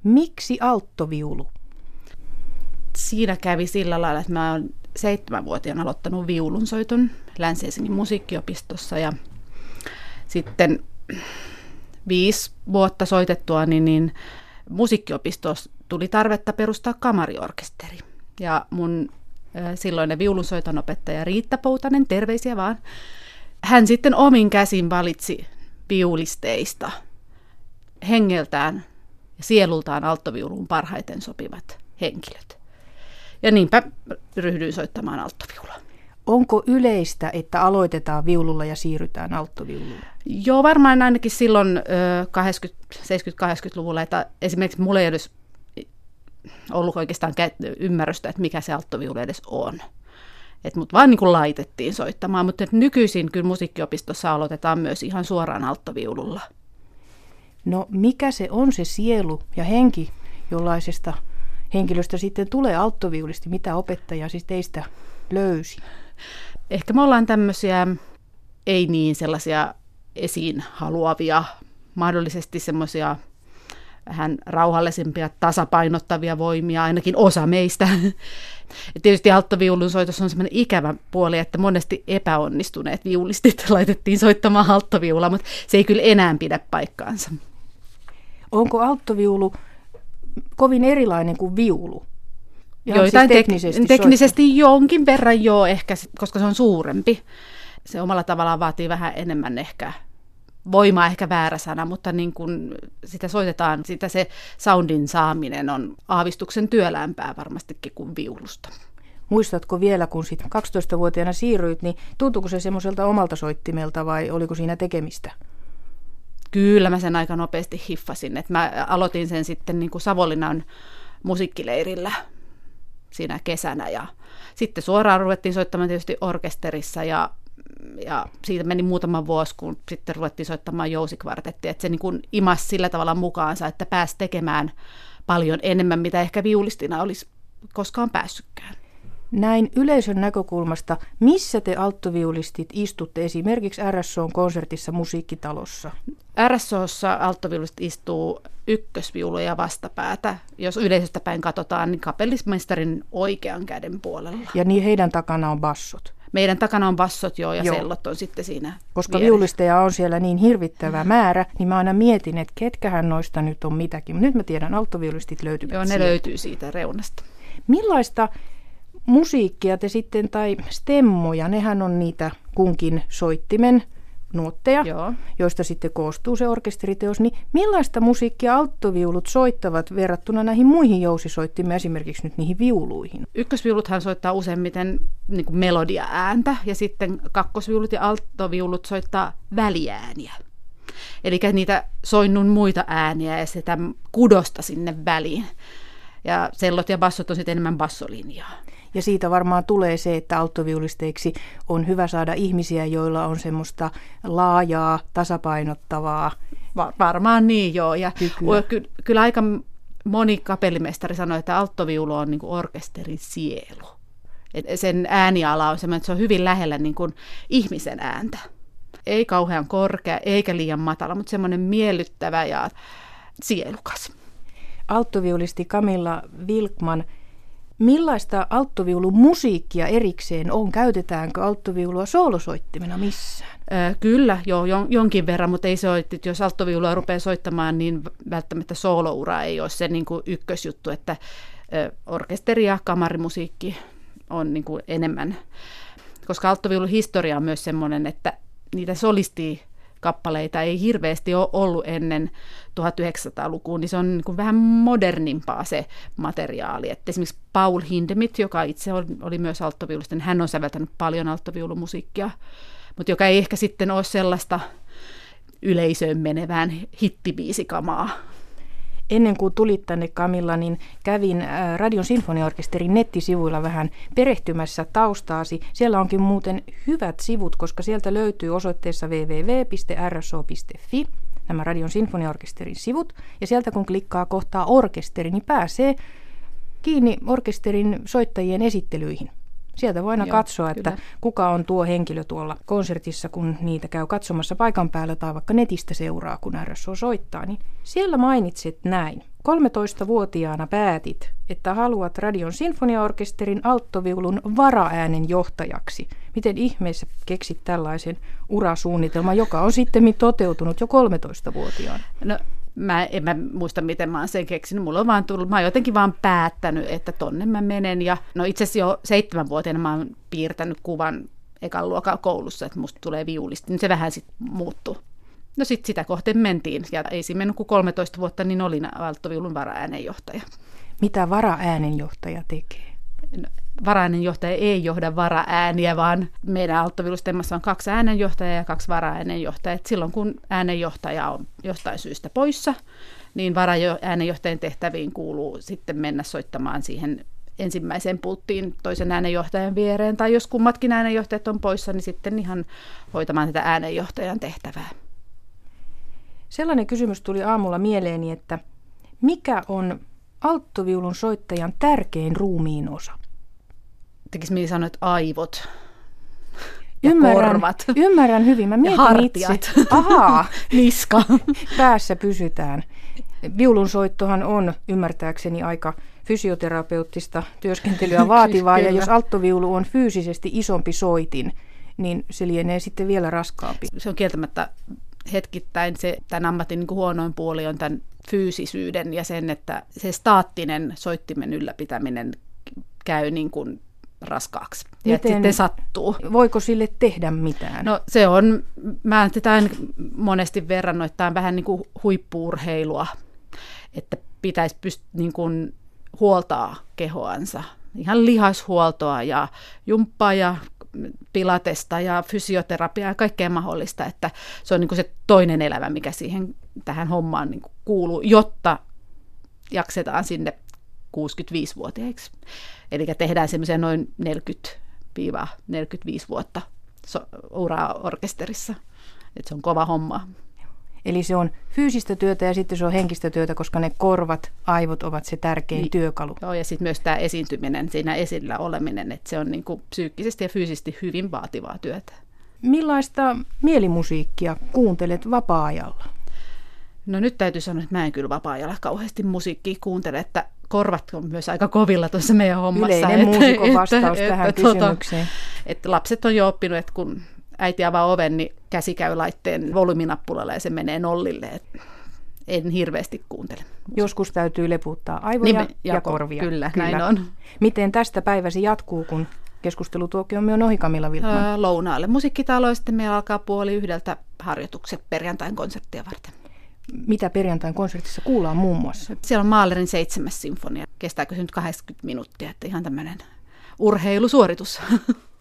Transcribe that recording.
Miksi alttoviulu? Siinä kävi sillä lailla, että mä oon 7-vuotiaana aloittanut viulunsoiton Länsi-Helsingin musiikkiopistossa ja sitten 5 vuotta soitettua, niin musiikkiopistossa tuli tarvetta perustaa kamariorkesteri. Ja mun silloinen viulunsoiton opettaja Riitta Poutanen, terveisiä vaan, hän sitten omin käsin valitsi viulisteista hengeltään ja sielultaan alttoviuluun parhaiten sopivat henkilöt. Ja niinpä ryhdyin soittamaan alttoviulua. Onko yleistä, että aloitetaan viululla ja siirrytään alttoviuluun? Joo, varmaan ainakin silloin 70-80-luvulla, että esimerkiksi mulla ei edes ollut oikeastaan ymmärrystä, että mikä se alttoviulu edes on. Mut vaan niin kuin laitettiin soittamaan, mutta nykyisin kyllä musiikkiopistossa aloitetaan myös ihan suoraan alttoviululla. No mikä se on se sielu ja henki, jollaisesta henkilöstä sitten tulee alttoviulisti? Mitä opettaja siis teistä löysi? Ehkä me ollaan tämmöisiä ei niin sellaisia esiin haluavia, mahdollisesti semmoisia vähän rauhallisempia, tasapainottavia voimia, ainakin osa meistä. Ja tietysti alttoviulun soitossa on semmoinen ikävä puoli, että monesti epäonnistuneet viulistit laitettiin soittamaan alttoviulua, mutta se ei kyllä enää pidä paikkaansa. Onko alttoviulu kovin erilainen kuin viulu? Joitain siis teknisesti jonkin verran joo ehkä, koska se on suurempi. Se omalla tavallaan vaatii vähän enemmän ehkä voimaa, ehkä väärä sana, mutta niin kun sitä soitetaan, sitä se soundin saaminen on aavistuksen työläämpää varmastikin kuin viulusta. Muistatko vielä, kun sitten 12-vuotiaana siirryit, niin tuntuuko se semmoiselta omalta soittimelta vai oliko siinä tekemistä? Kyllä mä sen aika nopeasti hiffasin, että mä aloitin sen sitten niin kuin Savonlinnan musiikkileirillä siinä kesänä ja sitten suoraan ruvettiin soittamaan tietysti orkesterissa ja siitä meni muutama vuosi, kun sitten ruvettiin soittamaan jousikvartettia, että se niin kuin imasi sillä tavalla mukaansa, että pääsi tekemään paljon enemmän, mitä ehkä viulistina olisi koskaan päässytkään. Näin yleisön näkökulmasta, missä te alttoviulistit istutte esimerkiksi RSO:n konsertissa musiikkitalossa? RSO:ssa alttoviulistit istuu ykkösviulu ja vastapäätä. Jos yleisöstä päin katsotaan, niin kapellismestarin oikean käden puolella. Ja niin heidän takana on bassot? Meidän takana on bassot ja sellot on sitten siinä. Koska viulisteja on siellä niin hirvittävä määrä, niin mä aina mietin, että ketkähän noista nyt on mitäkin. Nyt mä tiedän, alttoviulistit löytyvät Joo, ne sieltä. löytyy siitä reunasta. Millaista musiikkia te sitten, tai stemmoja, nehän on niitä kunkin soittimen nuotteja, joista sitten koostuu se orkesteriteos, niin millaista musiikkia alttoviulut soittavat verrattuna näihin muihin jousisoittimiin, esimerkiksi nyt niihin viuluihin? Ykkösviuluthan soittaa useimmiten niin kuin melodia-ääntä, ja sitten kakkosviulut ja alttoviulut soittaa väliääniä. Eli niitä soinnun muita ääniä ja sitä kudosta sinne väliin. Ja sellot ja bassot on sitten enemmän bassolinjaa. Ja siitä varmaan tulee se, että alttoviulisteiksi on hyvä saada ihmisiä, joilla on semmoista laajaa, tasapainottavaa varmaan niin, joo. Ja kyllä aika moni kapellimestari sanoi, että alttoviulu on niin kuin orkesterin sielu. Et sen ääniala on semmoinen, että se on hyvin lähellä niin kuin ihmisen ääntä. Ei kauhean korkea, eikä liian matala, mutta semmoinen miellyttävä ja sielukas. Alttoviulisti Camilla Wilkman, millaista alttoviulumusiikkia erikseen on? Käytetäänkö alttoviulua soolosoittimena missään? Kyllä, joo, jonkin verran, mutta ei se ole, että jos alttoviulua rupeaa soittamaan, niin välttämättä sooloura ei ole se niin kuin ykkösjuttu, että orkesteri ja kamarimusiikki on niin kuin enemmän. Koska alttoviulun historia on myös semmoinen, että niitä solistikappaleita ei hirveästi ole ollut ennen 1900-lukuun, niin se on niin kuin vähän modernimpaa se materiaali. Että esimerkiksi Paul Hindemith, joka itse oli myös alttoviulusta, niin hän on säveltänyt paljon alttoviulumusiikkia, mutta joka ei ehkä sitten ole sellaista yleisöön menevään hittibiisikamaa. Ennen kuin tulit tänne, Camilla, niin kävin Radion Sinfoniaorkesterin nettisivuilla vähän perehtymässä taustaasi. Siellä onkin muuten hyvät sivut, koska sieltä löytyy osoitteessa www.rso.fi nämä Radion Sinfoniaorkesterin sivut. Ja sieltä kun klikkaa kohtaa orkesteri, niin pääsee kiinni orkesterin soittajien esittelyihin. Sieltä voi aina Joo, katsoa, kyllä. että kuka on tuo henkilö tuolla konsertissa, kun niitä käy katsomassa paikan päällä tai vaikka netistä seuraa, kun RSO soittaa. Niin siellä mainitsit näin. 13-vuotiaana päätit, että haluat Radion sinfoniaorkesterin alttoviulun varaäänen johtajaksi. Miten ihmeessä keksit tällaisen urasuunnitelman, joka on sitten toteutunut jo 13-vuotiaana? No, en mä muista, miten mä oon sen keksinyt. Mulla on vaan tullut, mä oon jotenkin vaan päättänyt, että tonne mä menen. Ja no itse asiassa jo 7-vuotiaana mä oon piirtänyt kuvan ekan luokan koulussa, että musta tulee viulisti. Niin se vähän sitten muuttui. No sitten sitä kohteen mentiin. Ja ei siinä mennyt kuin 13 vuotta, niin olin alttoviulun varaäänenjohtaja. Mitä varaäänenjohtaja tekee? No, varaäänenjohtaja ei johda varaääniä, vaan meidän alttoviulustemmassa on 2 äänenjohtajaa ja 2 varaäänenjohtajaa. Et silloin kun äänenjohtaja on jostain syystä poissa, niin varaäänenjohtajan tehtäviin kuuluu sitten mennä soittamaan siihen ensimmäiseen pulttiin toisen äänenjohtajan viereen. Tai jos kummatkin äänenjohtajat on poissa, niin sitten ihan hoitamaan tätä äänenjohtajan tehtävää. Sellainen kysymys tuli aamulla mieleeni, että mikä on alttoviulun soittajan tärkein ruumiin osa? Tekisi mieli sanoa, että aivot ja korvat. Ymmärrän hyvin. Mä mietin hartiat. itse. Ahaa, Niska. päässä pysytään. Viulunsoittohan on ymmärtääkseni aika fysioterapeuttista työskentelyä vaativaa, ja jos alttoviulu on fyysisesti isompi soitin, niin se lienee sitten vielä raskaampi. Se on kieltämättä hetkittäin tämän ammatin niin kuin huonoin puoli on tämän fyysisyyden ja sen, että se staattinen soittimen ylläpitäminen käy niin kuin raskaaksi. Ja että sitten sattuu. Voiko sille tehdä mitään? No se on, mä oon sitä monesti verrannut, että tämä on vähän niin kuin huippu-urheilua, että pitäisi niin kuin huoltaa kehoansa. Ihan lihashuoltoa ja jumppaa ja pilatesta ja fysioterapiaa ja kaikkea mahdollista, että se on niin kuin se toinen elämä, mikä tähän hommaan niin kuin kuuluu, jotta jaksetaan sinne 65-vuotiaiksi. Eli tehdään semmoisia noin 40-45 vuotta uraa orkesterissa. Että se on kova homma. Eli se on fyysistä työtä ja sitten se on henkistä työtä, koska ne korvat, aivot ovat se tärkein työkalu. Joo, ja sitten myös tämä esiintyminen, siinä esillä oleminen, että se on niin kuin psyykkisesti ja fyysisesti hyvin vaativaa työtä. Millaista mielimusiikkia kuuntelet vapaa-ajalla? No nyt täytyy sanoa, että mä en kyllä vapaa-ajalla kauheasti musiikkia kuuntele, että korvat on myös aika kovilla tuossa meidän hommassa. Yleinen muusikon vastaus tähän kysymykseen. Että lapset on jo oppinut, että kun äiti avaa oven, niin käsi käy laitteen volyyminappulalla ja se menee nollille. Et en hirveästi kuuntele. Joskus täytyy leputtaa aivoja ja korvia. Kyllä, näin on. Miten tästä päiväsi jatkuu, kun keskustelutuokio on ohi, Camilla Wiltman? Lounaalle musiikkitalo ja sitten meillä alkaa 12:30 harjoitukset perjantain konserttia varten. Mitä perjantain konsertissa kuullaan muun muassa? Siellä on Mahlerin 7. sinfonia. Kestääkö se nyt 80 minuuttia, että ihan tämmöinen urheilusuoritus.